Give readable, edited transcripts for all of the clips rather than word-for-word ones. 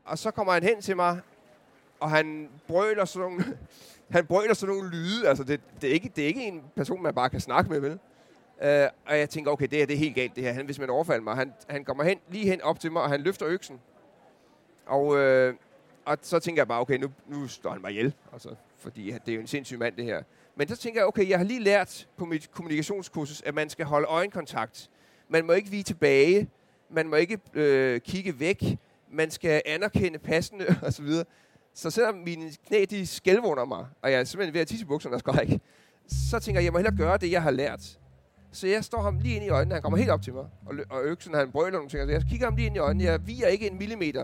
Og så kommer han hen til mig, og han brøler sådan nogle lyde. Altså, det er ikke en person, man bare kan snakke med, vel? Og jeg tænker, okay, det er helt galt, det her. Hvis man overfalder mig. Han kommer lige hen op til mig, og han løfter øksen. Og så tænker jeg bare, okay, nu står han mig ihjel. Altså, fordi det er jo en sindssyg mand, det her. Men så tænker jeg, okay, jeg har lige lært på mit kommunikationskursus, at man skal holde øjenkontakt. Man må ikke vige tilbage. Man må ikke kigge væk. Man skal anerkende passende, og så videre. Så selvom mine knæ, de skælver under mig, og jeg er simpelthen ved at tisse i bukserne og skræk, så tænker jeg må hellere gøre det, jeg har lært. Så jeg står ham lige ind i øjnene. Han kommer helt op til mig, og øksen, han brøler nogle ting. Så jeg kigger ham lige ind i øjnene. Jeg viger ikke en millimeter.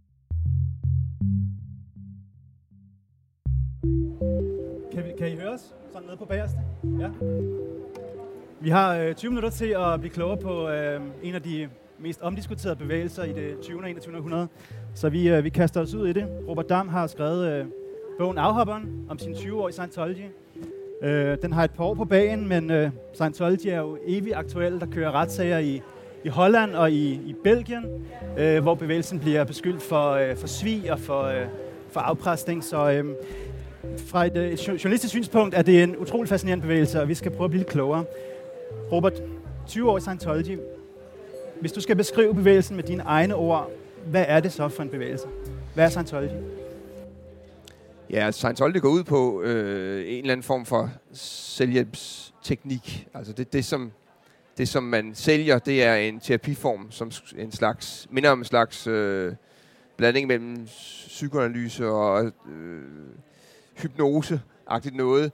Kan I høre os? Sådan nede på bagerste? Ja. Vi har 20 minutter til at blive klogere på en af de mest omdiskuterede bevægelser i det 20. og 21. århundrede. Så vi kaster os ud i det. Robert Dam har skrevet bogen Afhopperen om sin 20 år i Scientology. Den har et par år på bagen, men Scientology er jo evigt aktuel. Der kører retssager i Holland og i Belgien, hvor bevægelsen bliver beskyldt for svig og for afpresning. Så fra et journalistisk synspunkt er det en utrolig fascinerende bevægelse, og vi skal prøve at blive lidt klogere. Robert, 20 år i Scientology. Hvis du skal beskrive bevægelsen med dine egne ord, hvad er det så for en bevægelse? Hvad er Scientology? Ja, Scientology går ud på en eller anden form for selvhjælpsteknik. Altså det som man sælger, det er en terapiform, som minder om en slags blanding mellem psykoanalyse og hypnose-agtigt noget.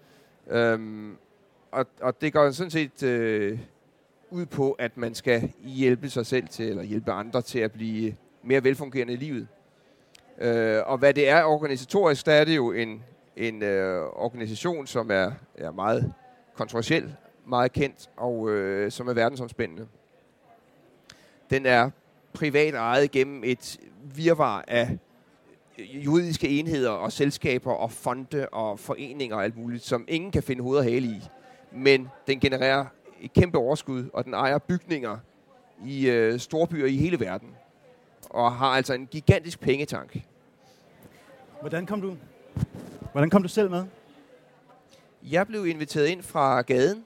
Og det går sådan set ud på, at man skal hjælpe sig selv til, eller hjælpe andre til at blive mere velfungerende i livet. Og hvad det er organisatorisk, der er det jo en organisation, som er meget kontroversiel, meget kendt, og som er verdensomspændende. Den er privat ejet gennem et virvar af juridiske enheder og selskaber og fonde og foreninger og alt muligt, som ingen kan finde hoved og hale i. Men den genererer et kæmpe overskud, og den ejer bygninger i storbyer i hele verden. Og har altså en gigantisk pengetank. Hvordan kom du selv med? Jeg blev inviteret ind fra gaden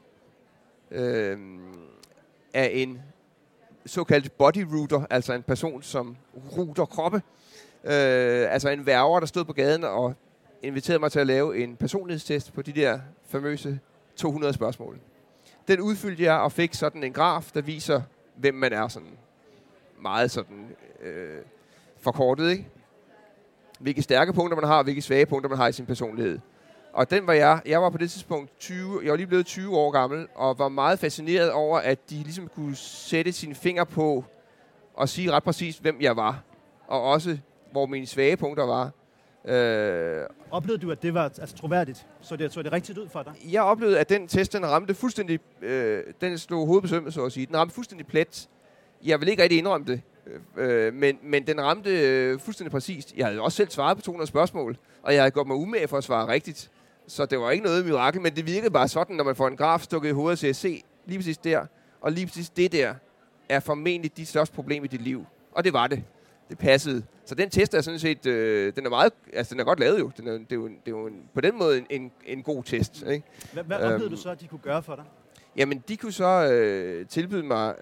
af en såkaldt bodyrouter, altså en person, som router kroppe. Altså en værger, der stod på gaden og inviterede mig til at lave en personlighedstest på de der famøse 200 spørgsmål. Den udfyldte jeg og fik sådan en graf, der viser, hvem man er sådan meget sådan forkortet, ikke? Hvilke stærke punkter man har, og hvilke svage punkter man har i sin personlighed. Og den var jeg var på det tidspunkt 20, jeg var lige blevet 20 år gammel, og var meget fascineret over, at de ligesom kunne sætte sine fingre på og sige ret præcist, hvem jeg var. Og også, hvor mine svage punkter var. Oplevede du, at det var troværdigt? Så det rigtigt ud for dig? Jeg oplevede, at den test, den ramte fuldstændig, den slog hovedet på sømmet, så at sige. Den ramte fuldstændig plet. Jeg vil ikke rigtig indrømme det, men den ramte fuldstændig præcist. Jeg havde også selv svaret på 200 spørgsmål, og jeg havde gjort mig umage for at svare rigtigt. Så det var ikke noget mirakel, men det virkede bare sådan, når man får en graf stukket i hovedet og siger, se, lige præcis der, og lige præcis det der, er formentlig dit største problem i dit liv. Og det var det. Det passede. Så den test er sådan set, den er meget, altså den er godt lavet jo. Det er jo på den måde en god test. Ikke? Hvad oplevede du så, at de kunne gøre for dig? Jamen, de kunne så tilbyde mig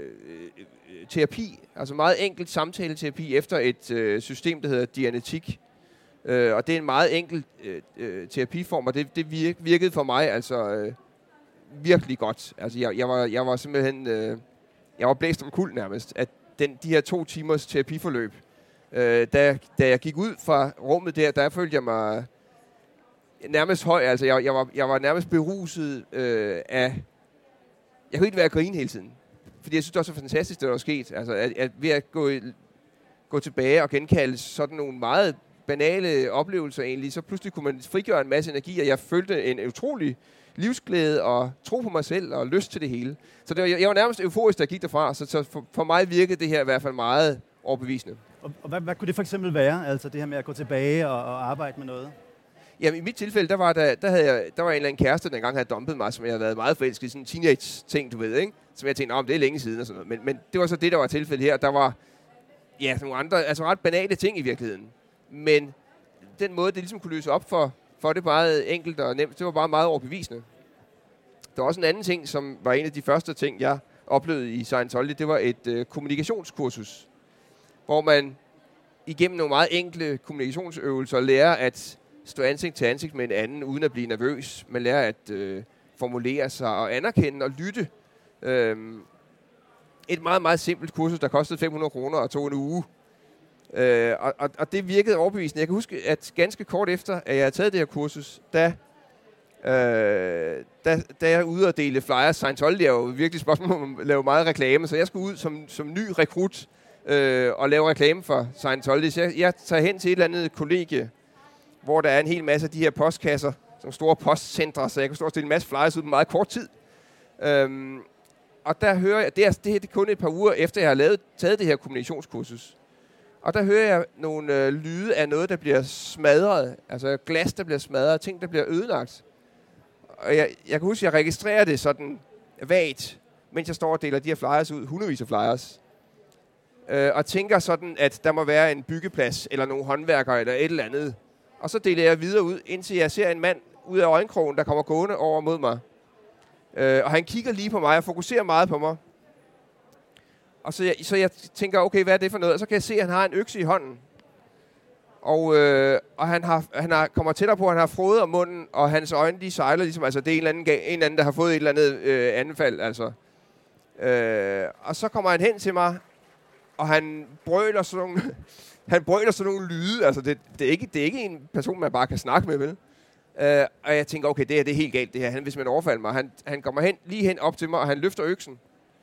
terapi, altså meget enkelt samtaleterapi efter et system, der hedder Dianetik. Og det er en meget enkel terapiform, og det virkede for mig altså virkelig godt. Altså, jeg var simpelthen, jeg var blæst om kul nærmest, at de her 2 timers terapiforløb, da jeg gik ud fra rummet der følte jeg mig nærmest høj, altså jeg var nærmest beruset af, jeg kunne ikke være at grine hele tiden, fordi jeg synes det var så fantastisk, det der var sket, altså at ved at gå tilbage og genkalde sådan nogle meget banale oplevelser egentlig, så pludselig kunne man frigøre en masse energi, og jeg følte en utrolig livsglæde og tro på mig selv og lyst til det hele. Så jeg var nærmest euforisk, da jeg gik derfra, så for mig virkede det her i hvert fald meget overbevisende. Og hvad kunne det for eksempel være, altså det her med at gå tilbage og arbejde med noget? Jamen i mit tilfælde, der var en eller anden kæreste, der engang havde dumpet mig, som jeg havde været meget forelsket i, sådan en teenage-ting, du ved, ikke? Som jeg tænkte, det er længe siden og sådan noget. Men det var så det, der var tilfældet her. Der var ja, nogle andre, altså ret banale ting i virkeligheden. Men den måde, det ligesom kunne løse op for det meget enkelt og nemt, det var bare meget overbevisende. Der var også en anden ting, som var en af de første ting, jeg oplevede i Scientology. Det var et kommunikationskursus, hvor man igennem nogle meget enkle kommunikationsøvelser lærer at stå ansigt til ansigt med en anden, uden at blive nervøs. Man lærer at formulere sig og anerkende og lytte. Et meget, meget simpelt kursus, der kostede 500 kroner og tog en uge. Og det virkede overbevisende. Jeg kan huske, at ganske kort efter, at jeg havde taget det her kursus, da jeg er ude og dele flyers. Scientology er jo virkelig spørgsmål om at lave meget reklame, så jeg skulle ud som ny rekrut og lave reklame for Scientology. Så jeg tager hen til et eller andet kollegie, hvor der er en hel masse af de her postkasser, som store postcentre, så jeg kan stå og stille en masse flyers ud på meget kort tid. Og der hører jeg, det er kun et par uger efter, jeg har taget det her kommunikationskursus. Og der hører jeg nogle lyde af noget, der bliver smadret. Altså glas, der bliver smadret, ting, der bliver ødelagt. Og jeg kan huske, at jeg registrerer det sådan vagt, mens jeg står og deler de her flyers ud, hundredvis af flyers. Og tænker sådan, at der må være en byggeplads, eller nogle håndværkere, eller et eller andet. Og så deler jeg videre ud, indtil jeg ser en mand ud af øjenkrogen, der kommer gående over mod mig. Og han kigger lige på mig og fokuserer meget på mig. Og så jeg tænker, okay, hvad er det for noget? Og så kan jeg se, at han har en økse i hånden. Og han kommer tættere på, han har frode om munden, og hans øjne, de sejler ligesom, altså det er en eller anden, der har fået et eller andet anfald, altså. Og så kommer han hen til mig, og han brøler sådan nogle lyde, altså det er ikke en person, man bare kan snakke med, vel? Og jeg tænker, okay, det er helt galt, det her. Hvis man overfalder mig, han kommer lige hen op til mig, og han løfter øksen.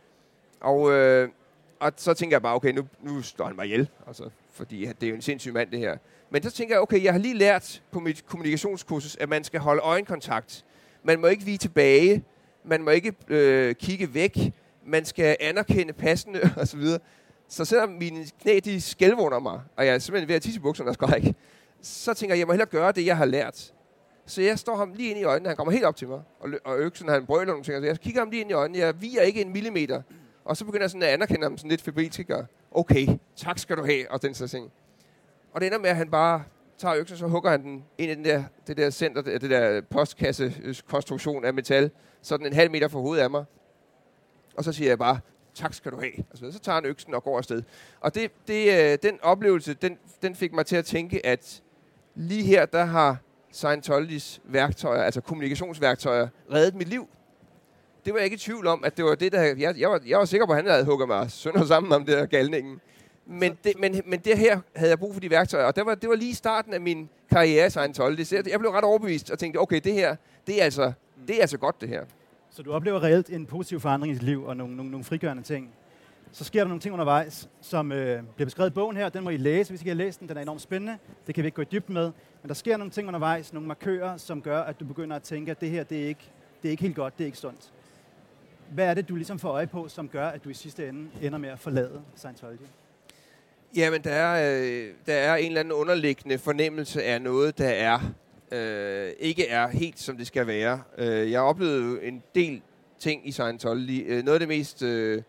Og så tænker jeg bare, okay, nu slår han mig ihjel, altså, fordi det er jo en sindssyg mand, det her. Men så tænker jeg, okay, jeg har lige lært på mit kommunikationskursus, at man skal holde øjenkontakt. Man må ikke vige tilbage, man må ikke kigge væk, man skal anerkende passende, og så videre. Så selvom mine knæ, de skælver under mig, og jeg er simpelthen ved at tisse i bukserne og skræk, så tænker jeg må hellere gøre det, jeg har lært. Så jeg står ham lige ind i øjnene, han kommer helt op til mig, og øksen, han brøler nogle ting, så jeg kigger ham lige ind i øjnene, jeg viger ikke en millimeter, og så begynder jeg sådan at anerkende ham sådan lidt febrilsk, og okay, tak skal du have, og den slags ting. Og det ender med, at han bare tager øksen, så hugger han den ind i det der center, det der postkassekonstruktion af metal, sådan en halv meter fra hovedet af mig. Og så siger jeg bare, tak skal du have. Altså, så tager han øksen og går afsted. Og den oplevelse, den fik mig til at tænke, at lige her, der har Scientologys værktøjer, altså kommunikationsværktøjer, reddet mit liv. Det var jeg ikke i tvivl om, at det var det, der... Jeg var sikker på, at han havde hugget mig sønder sammen om det der galningen. Men det her havde jeg brug for de værktøjer, og det var lige starten af min karriere i Scientology. Så jeg blev ret overbevist og tænkte, okay, det her, det er altså godt, det her. Så du oplever reelt en positiv forandring i dit liv og nogle frigørende ting. Så sker der nogle ting undervejs, som bliver beskrevet i bogen her. Den må I læse, hvis I kan læse den. Den er enormt spændende. Det kan vi ikke gå i dybden med. Men der sker nogle ting undervejs, nogle markører, som gør, at du begynder at tænke, at det her, det er ikke helt godt, det er ikke sundt. Hvad er det, du ligesom får øje på, som gør, at du i sidste ende ender med at forlade Scientology? Jamen, der er en eller anden underliggende fornemmelse af noget, der ikke er helt, som det skal være. Jeg oplevede en del ting i Scientology. Noget af det mest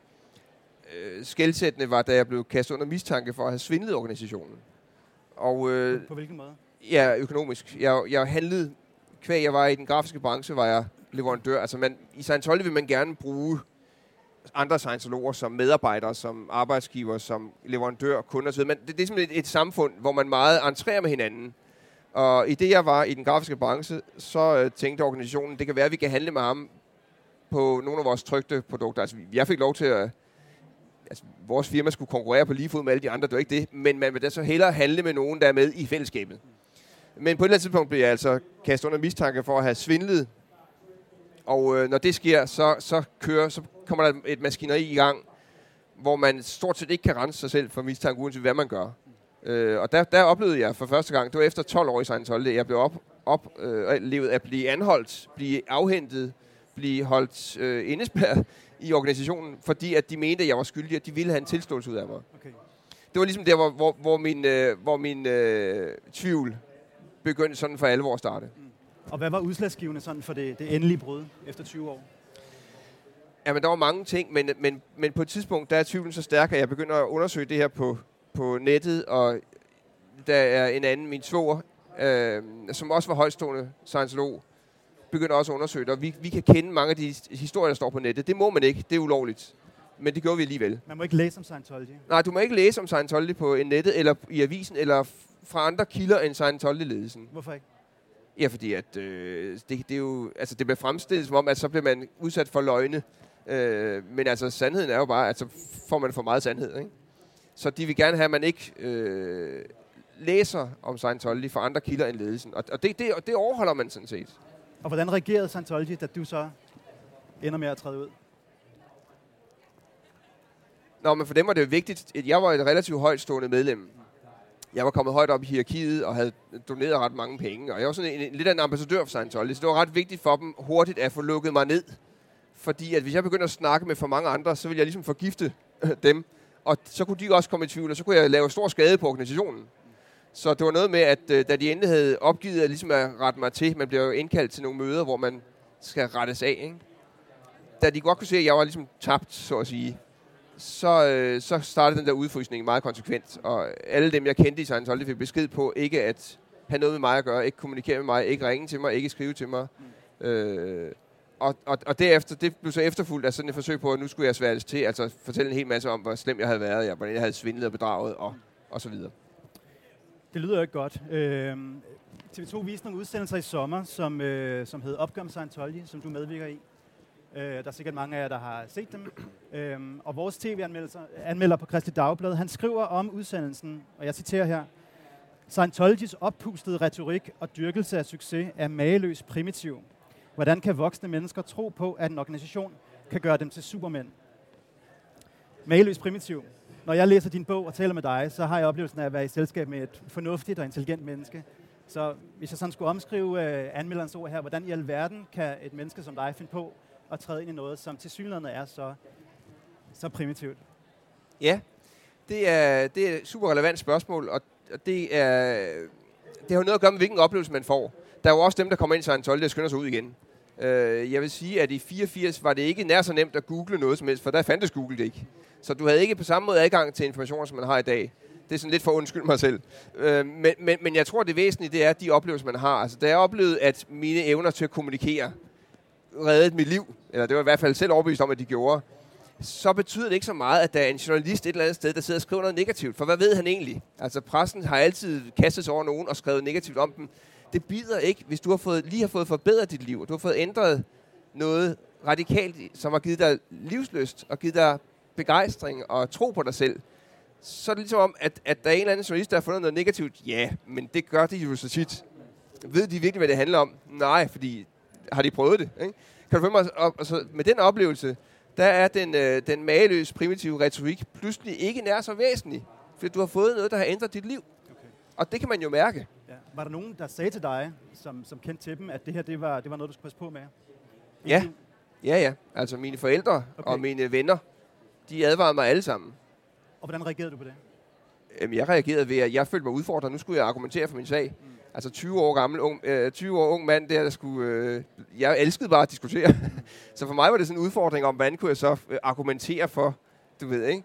skelsættende var, da jeg blev kastet under mistanke for at have svindlet organisationen. Og, på hvilken måde? Ja, økonomisk. Jeg handlede, kvæg jeg var i den grafiske branche, var jeg leverandør. Altså i Scientology vil man gerne bruge andre scientologer som medarbejdere, som arbejdsgiver, som leverandør, kunder osv. Men det er simpelthen et samfund, hvor man meget entrerer med hinanden. Og i det, jeg var i den grafiske branche, så tænkte organisationen, det kan være, at vi kan handle med ham på nogle af vores trykte produkter. Altså, jeg fik lov til at... Altså, vores firma skulle konkurrere på lige fod med alle de andre, det var ikke det. Men man vil da så hellere handle med nogen, der er med i fællesskabet. Men på et eller andet tidspunkt blev jeg altså kastet under mistanke for at have svindlet. Og når det sker, så kommer der et maskineri i gang, hvor man stort set ikke kan rense sig selv for mistanke, uanset hvad man gør. Og der oplevede jeg for første gang, det var efter 12 år i Scientology, jeg blev oplevet at blive anholdt, blive afhentet, blive holdt indespærret i organisationen, fordi at de mente, at jeg var skyldig, og de ville have en tilståelse ud af mig. Okay. Det var ligesom der, hvor min tvivl begyndte sådan for alvor at starte. Og hvad var udslagsgivende sådan for det endelige brud efter 20 år? Jamen, der var mange ting, men på et tidspunkt, der er tvivlen så stærk, at jeg begynder at undersøge det her på på nettet, og der er en anden, min svoger, som også var højtstående scientolog, begynder også at undersøge det, og vi kan kende mange af de historier, der står på nettet. Det må man ikke, det er ulovligt. Men det gjorde vi alligevel. Man må ikke læse om Scientology? Nej, du må ikke læse om Scientology på nettet, eller i avisen, eller fra andre kilder end Scientology-ledelsen. Hvorfor ikke? Ja, fordi at, det er jo, altså det bliver fremstillet som om, at så bliver man udsat for løgne. Men altså sandheden er jo bare, at så får man for meget sandhed, ikke? Så de vil gerne have, at man ikke læser om Scientology fra andre kilder end ledelsen. Og det overholder man sådan set. Og hvordan reagerede Scientology, da du så ender med at træde ud? Nå, men for dem var det jo vigtigt. Jeg var et relativt højtstående medlem. Jeg var kommet højt op i hierarkiet og havde doneret ret mange penge. Og jeg var sådan lidt af en ambassadør for Scientology, så det var ret vigtigt for dem hurtigt at få lukket mig ned. Fordi at hvis jeg begyndte at snakke med for mange andre, så ville jeg ligesom forgifte dem. Og så kunne de også komme i tvivl, og så kunne jeg lave stor skade på organisationen. Så det var noget med, at da de endelig havde opgivet at, ligesom at rette mig til, man bliver jo indkaldt til nogle møder, hvor man skal rettes af, ikke? Da de godt kunne se, at jeg var ligesom tabt, så at sige, så startede den der udfrysning meget konsekvent. Og alle dem, jeg kendte i Scientology, fik besked på ikke at have noget med mig at gøre, ikke kommunikere med mig, ikke ringe til mig, ikke skrive til mig. Og derefter, det blev så efterfulgt af sådan et forsøg på, at nu skulle jeg sværtes til, altså fortælle en hel masse om, hvor slem jeg havde været, hvordan jeg havde svindlet og bedraget og så videre. Det lyder jo ikke godt. TV2 viste nogle udsendelser i sommer, som hed Opgør med Scientology, som du medvirker i. Der er sikkert mange af jer, der har set dem. Og vores tv-anmelder på Kristeligt Dagblad, han skriver om udsendelsen, og jeg citerer her: Scientologys oppustede retorik og dyrkelse af succes er mageløs primitiv. Hvordan kan voksne mennesker tro på, at en organisation kan gøre dem til supermænd? Mageløs primitiv. Når jeg læser din bog og taler med dig, så har jeg oplevelsen af at være i selskab med et fornuftigt og intelligent menneske. Så hvis jeg sådan skulle omskrive anmelderens ord her, hvordan i alverden kan et menneske som dig finde på at træde ind i noget, som tilsyneladende er så primitivt? Ja, det er et super relevant spørgsmål, og det har jo noget at gøre med, hvilken oplevelse man får. Der er jo også dem, der kommer ind i Scientology og skynder sig ud igen. Jeg vil sige, at i 84 var det ikke nær så nemt at google noget som helst, for der fandtes Google det ikke. Så du havde ikke på samme måde adgang til informationer, som man har i dag. Det er sådan lidt for undskyld mig selv. Men jeg tror, det væsentlige det er de oplevelser, man har. Altså, da jeg oplevede, at mine evner til at kommunikere reddede mit liv, eller det var i hvert fald selv overbevist om, at de gjorde, så betyder det ikke så meget, at der er en journalist et eller andet sted, der sidder og skriver noget negativt. For hvad ved han egentlig? Altså, pressen har altid kastet sig over nogen og skrevet negativt om dem. Det bider ikke, hvis du lige har fået forbedret dit liv, og du har fået ændret noget radikalt, som har givet dig livslyst og givet dig begejstring og tro på dig selv. Så er det ligesom om, at der er en eller anden journalist, der har fundet noget negativt. Ja, men det gør de jo så tit. Ved de virkelig, hvad det handler om? Nej, fordi har de prøvet det? Ikke? Kan du følge mig? Altså, med den oplevelse, der er den mageløse, primitive retorik pludselig ikke nær så væsentlig. Fordi du har fået noget, der har ændret dit liv. Okay. Og det kan man jo mærke. Ja. Var der nogen, der sagde til dig, som kendte til dem, at det her det var noget, du skulle passe på med? Ja. Altså mine forældre og mine venner, de advarede mig alle sammen. Og hvordan reagerede du på det? Jamen, jeg reagerede ved, at jeg følte mig udfordret. Nu skulle jeg argumentere for min sag. Altså 20 år ung mand, der skulle... jeg elskede bare at diskutere. Så for mig var det sådan en udfordring om, hvordan kunne jeg så argumentere for, du ved, ikke?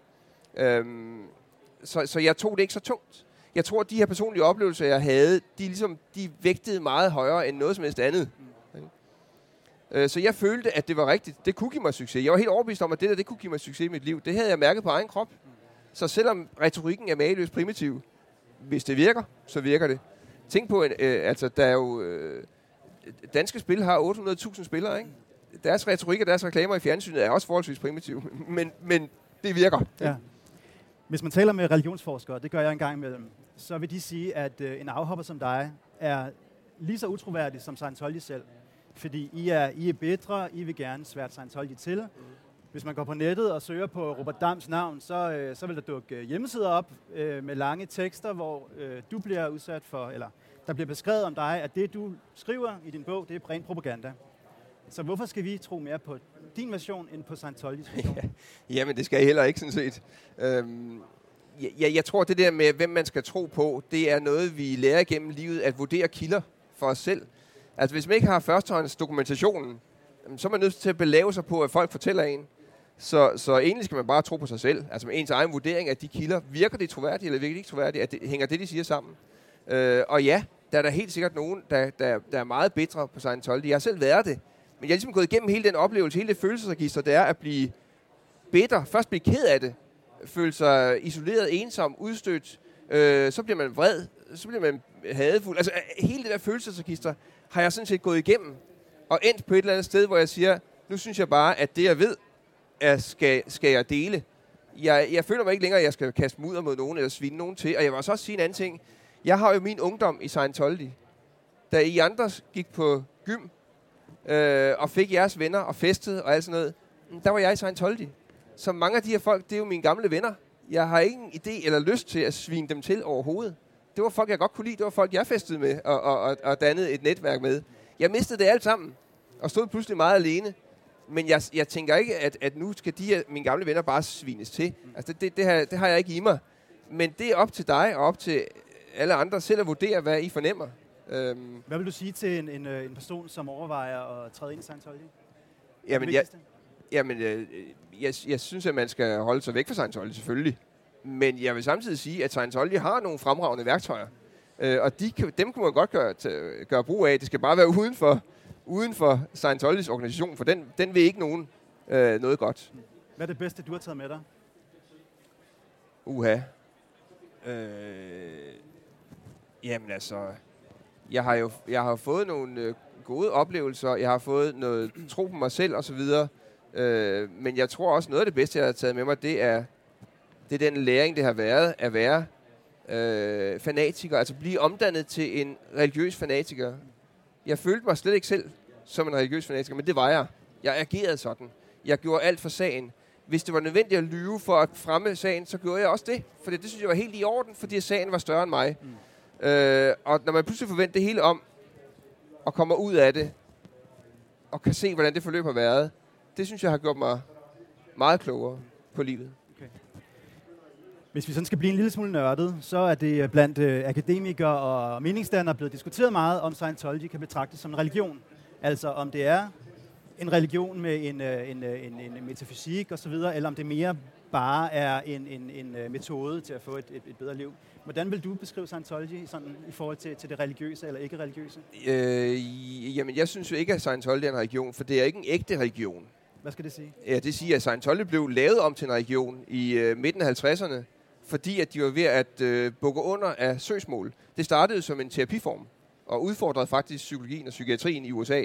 Så jeg tog det ikke så tungt. Jeg tror, at de her personlige oplevelser, jeg havde, de vægtede meget højere end noget som helst andet. Så jeg følte, at det var rigtigt. Det kunne give mig succes. Jeg var helt overbevist om, at det kunne give mig succes i mit liv. Det havde jeg mærket på egen krop. Så selvom retorikken er mageløst primitiv, hvis det virker, så virker det. Tænk på, altså der er jo... danske spil har 800.000 spillere, ikke? Deres retorik og deres reklamer i fjernsynet er også forholdsvis primitive. Men det virker. Ja. Hvis man taler med religionsforskere, det gør jeg en gang imellem, så vil de sige, at en afhopper som dig er lige så utroværdig som Scientology selv. Fordi I er bitre, I vil gerne svært Scientology til. Hvis man går på nettet og søger på Robert Dams navn, så vil der dukke hjemmesider op med lange tekster, hvor du bliver udsat for, eller der bliver beskrevet om dig, at det du skriver i din bog, det er ren propaganda. Så hvorfor skal vi tro mere på din version end på Scientologys version? Jamen det skal jeg heller ikke sådan set. Jeg tror det der med, hvem man skal tro på, det er noget, vi lærer gennem livet, at vurdere kilder for os selv. Altså hvis man ikke har førstehånds dokumentationen, så er man nødt til at belave sig på, at folk fortæller en. Så egentlig skal man bare tro på sig selv. Altså med ens egen vurdering af de kilder. Virker det troværdigt, eller virker det ikke troværdigt? Hænger det, de siger, sammen? Og ja, der er der helt sikkert nogen, der er meget bitre på Scientology. Jeg har selv været det. Men jeg har ligesom gået igennem hele den oplevelse, hele det følelsesregister, det er at blive bitter. Først blive ked af det. Føle sig isoleret, ensom, udstødt. Så bliver man vred. Så bliver man hadefuld. Altså hele det der følelsesregister har jeg sådan set gået igennem. Og endt på et eller andet sted, hvor jeg siger, nu synes jeg bare, at det jeg ved, skal jeg dele. Jeg føler mig ikke længere, at jeg skal kaste mudder mod nogen, eller svine nogen til. Og jeg vil også sige en anden ting. Jeg har jo min ungdom i Scientology. Da I andre gik på gym, og fik jeres venner, og festede, og alt sådan noget, der var jeg i Scientology. Så mange af de her folk, det er jo mine gamle venner. Jeg har ingen idé eller lyst til at svine dem til overhovedet. Det var folk, jeg godt kunne lide. Det var folk, jeg festede med, og dannede et netværk med. Jeg mistede det alt sammen, og stod pludselig meget alene. Men jeg tænker ikke, at nu skal mine gamle venner bare svines til. Altså det har jeg ikke i mig. Men det er op til dig, og op til alle andre selv at vurdere, hvad I fornemmer. Hvad vil du sige til en person, som overvejer at træde ind i Scientology? Jeg synes, at man skal holde sig væk fra Scientology, selvfølgelig. Men jeg vil samtidig sige, at Scientology har nogle fremragende værktøjer. Og dem kunne man godt gøre brug af. Det skal bare være uden for Scientologys organisation, for den vil ikke nogen noget godt. Hvad er det bedste, du har taget med dig? Jamen altså, jeg har fået nogle gode oplevelser. Jeg har fået noget tro på mig selv og så videre. Men jeg tror også, noget af det bedste, jeg har taget med mig, det er den læring, det har været at være fanatiker. Altså blive omdannet til en religiøs fanatiker. Jeg følte mig slet ikke selv som en religiøs fanatiker, men det var jeg. Jeg agerede sådan. Jeg gjorde alt for sagen. Hvis det var nødvendigt at lyve for at fremme sagen, så gjorde jeg også det. For det synes jeg var helt i orden, fordi sagen var større end mig. Og når man pludselig forventer det hele om, og kommer ud af det, og kan se, hvordan det forløb har været, det synes jeg har gjort mig meget klogere på livet. Okay. Hvis vi sådan skal blive en lille smule nørdet, så er det blandt akademikere og meningsdannere blevet diskuteret meget, om Scientology kan betragtes som en religion. Altså om det er en religion med en metafysik osv., eller om det mere bare er en metode til at få et bedre liv. Hvordan vil du beskrive Scientology sådan, i forhold til det religiøse eller ikke religiøse? Jamen, jeg synes jo ikke, at Scientology er en religion, for det er ikke en ægte religion. Hvad skal det sige? Ja, det siger, at Scientology blev lavet om til en religion i midten af 50'erne, fordi at de var ved at bukke under af søgsmål. Det startede som en terapiform, og udfordrede faktisk psykologien og psykiatrien i USA.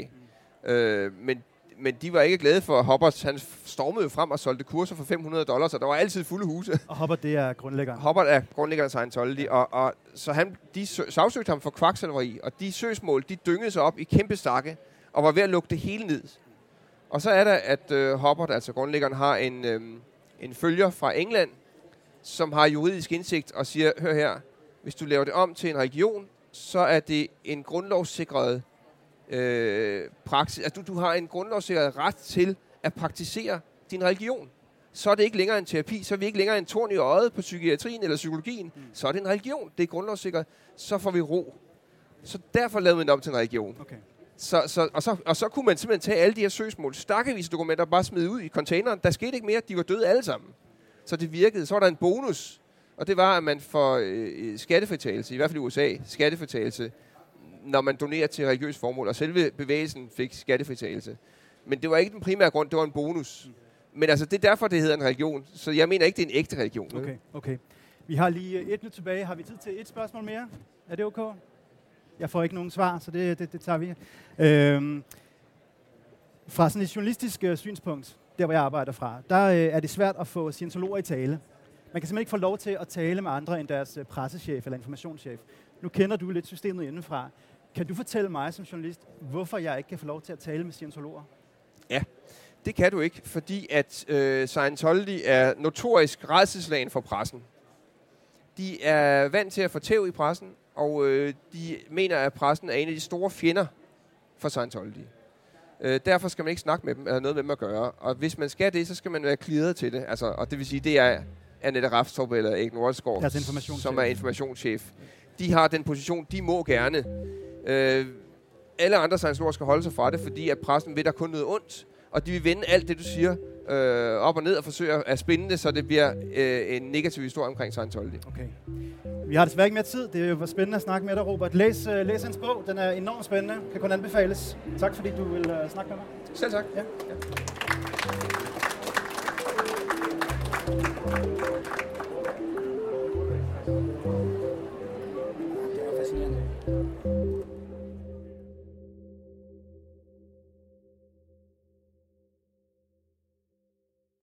Men de var ikke glade for Hubbard. Han stormede frem og solgte kurser for $500, så der var altid fulde huse. Og Hubbard, det er grundlæggeren? Hubbard er grundlæggeren af Scientology, og så de sagsøgte ham for kvaksalveri, og de søgsmål, de dyngede sig op i kæmpe stakke, og var ved at lukke det hele ned. Og så er der, at Hubbard, altså grundlæggeren, har en følger fra England, som har juridisk indsigt og siger, hør her, hvis du laver det om til en religion, så er det en grundlovssikret praksis. Altså du har en grundlovssikret ret til at praktisere din religion. Så er det ikke længere en terapi, så er vi ikke længere en torn i øjet på psykiatrien eller psykologien. Så er det en religion. Det er grundlovssikret. Så får vi ro. Så derfor lavede man det om til en religion. Okay. Så kunne man simpelthen tage alle de her søgsmål, stakkevis dokumenter, bare smide ud i containeren. Der skete ikke mere. De var døde alle sammen. Så det virkede. Så var der en bonus, og det var, at man får skattefritagelse, i hvert fald i USA, skattefritagelse, når man donerer til religiøse formål, og selve bevægelsen fik skattefritagelse. Men det var ikke den primære grund, det var en bonus. Men altså, det er derfor, det hedder en religion. Så jeg mener ikke, det er en ægte religion. Okay. Vi har lige 1 minut tilbage. Har vi tid til et spørgsmål mere? Er det okay? Jeg får ikke nogen svar, så det tager vi. Fra sådan et journalistisk synspunkt, der hvor jeg arbejder fra, der er det svært at få scientologer i tale. Man kan simpelthen ikke få lov til at tale med andre end deres pressechef eller informationschef. Nu kender du lidt systemet indenfra. Kan du fortælle mig som journalist, hvorfor jeg ikke kan få lov til at tale med scientologer? Ja, det kan du ikke, fordi at Scientology er notorisk rædselsslagen for pressen. De er vant til at få tæv i pressen, og de mener, at pressen er en af de store fjender for Scientology. Derfor skal man ikke snakke med dem, eller noget med dem at gøre. Og hvis man skal det, så skal man være clearet til det. Altså, og det vil sige, det er Annette Rafstrup eller Erik Nordsgaard, som er informationschef. De har den position, de må gerne. Alle andre scientologer skal holde sig fra det, fordi at pressen vil der kun noget ondt. og de vil vende alt det, du siger, op og ned og forsøge at spænde det, så det bliver en negativ historie omkring Scientology. Okay. Vi har desværre ikke mere tid. Det var spændende at snakke med dig, Robert. Læs hans bog. Den er enormt spændende. Kan kun anbefales. Tak fordi du vil snakke med mig. Selv tak. Ja.